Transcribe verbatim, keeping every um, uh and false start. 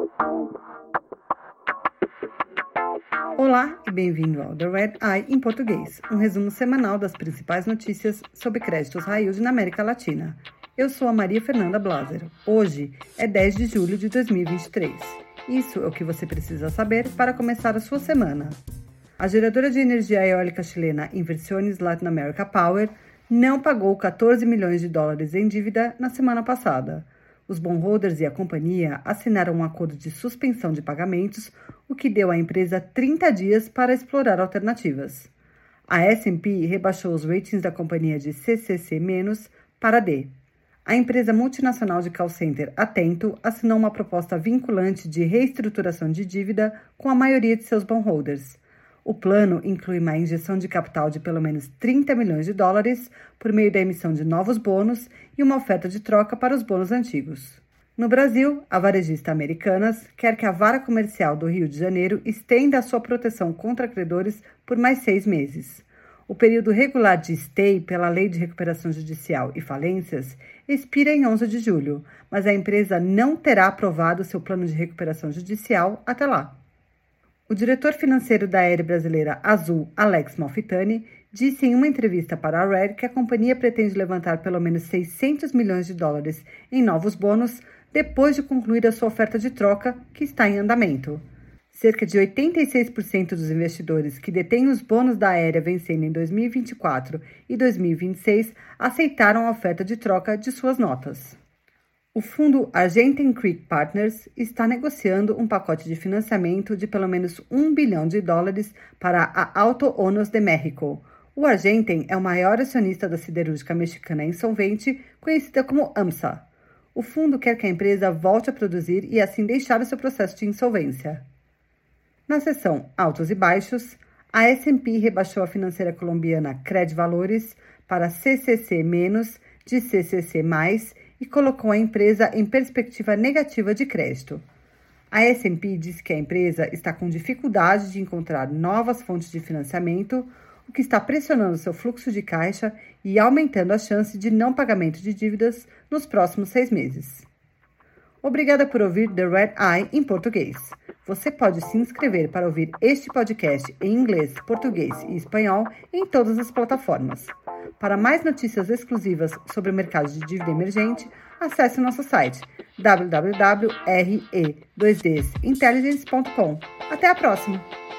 Olá e bem-vindo ao The Red Eye em português, um resumo semanal das principais notícias sobre créditos high yield na América Latina. Eu sou a Maria Fernanda Blaser. Hoje é dez de julho de dois mil e vinte e três. Isso é o que você precisa saber para começar a sua semana. A geradora de energia eólica chilena Inversiones Latin America Power não pagou quatorze milhões de dólares em dívida na semana passada. Os bondholders e a companhia assinaram um acordo de suspensão de pagamentos, o que deu à empresa trinta dias para explorar alternativas. A S and P rebaixou os ratings da companhia de C C C menos para D. A empresa multinacional de call center Atento assinou uma proposta vinculante de reestruturação de dívida com a maioria de seus bondholders. O plano inclui uma injeção de capital de pelo menos trinta milhões de dólares por meio da emissão de novos bônus e uma oferta de troca para os bônus antigos. No Brasil, a varejista Americanas quer que a Vara Comercial do Rio de Janeiro estenda a sua proteção contra credores por mais seis meses. O período regular de stay pela Lei de Recuperação Judicial e Falências expira em onze de julho, mas a empresa não terá aprovado seu plano de recuperação judicial até lá. O diretor financeiro da aérea brasileira Azul, Alex Malfitani, disse em uma entrevista para a Red que a companhia pretende levantar pelo menos seiscentos milhões de dólares em novos bônus depois de concluir a sua oferta de troca, que está em andamento. Cerca de oitenta e seis por cento dos investidores que detêm os bônus da aérea vencendo em dois mil e vinte e quatro e dois mil e vinte e seis aceitaram a oferta de troca de suas notas. O fundo Argentine Creek Partners está negociando um pacote de financiamento de pelo menos um bilhão de dólares para a Auto Onos de México. O Argentine é o maior acionista da siderúrgica mexicana insolvente, conhecida como AMSA. O fundo quer que a empresa volte a produzir e assim deixar o seu processo de insolvência. Na seção Altos e Baixos, a S and P rebaixou a financeira colombiana Credivalores para C C C menos de C C C mais e colocou a empresa em perspectiva negativa de crédito. A S and P diz que a empresa está com dificuldade de encontrar novas fontes de financiamento, o que está pressionando seu fluxo de caixa e aumentando a chance de não pagamento de dívidas nos próximos seis meses. Obrigada por ouvir The Red Eye em português. Você pode se inscrever para ouvir este podcast em inglês, português e espanhol em todas as plataformas. Para mais notícias exclusivas sobre o mercado de dívida emergente, acesse o nosso site w w w ponto r e dois d intelligence ponto com. Até a próxima!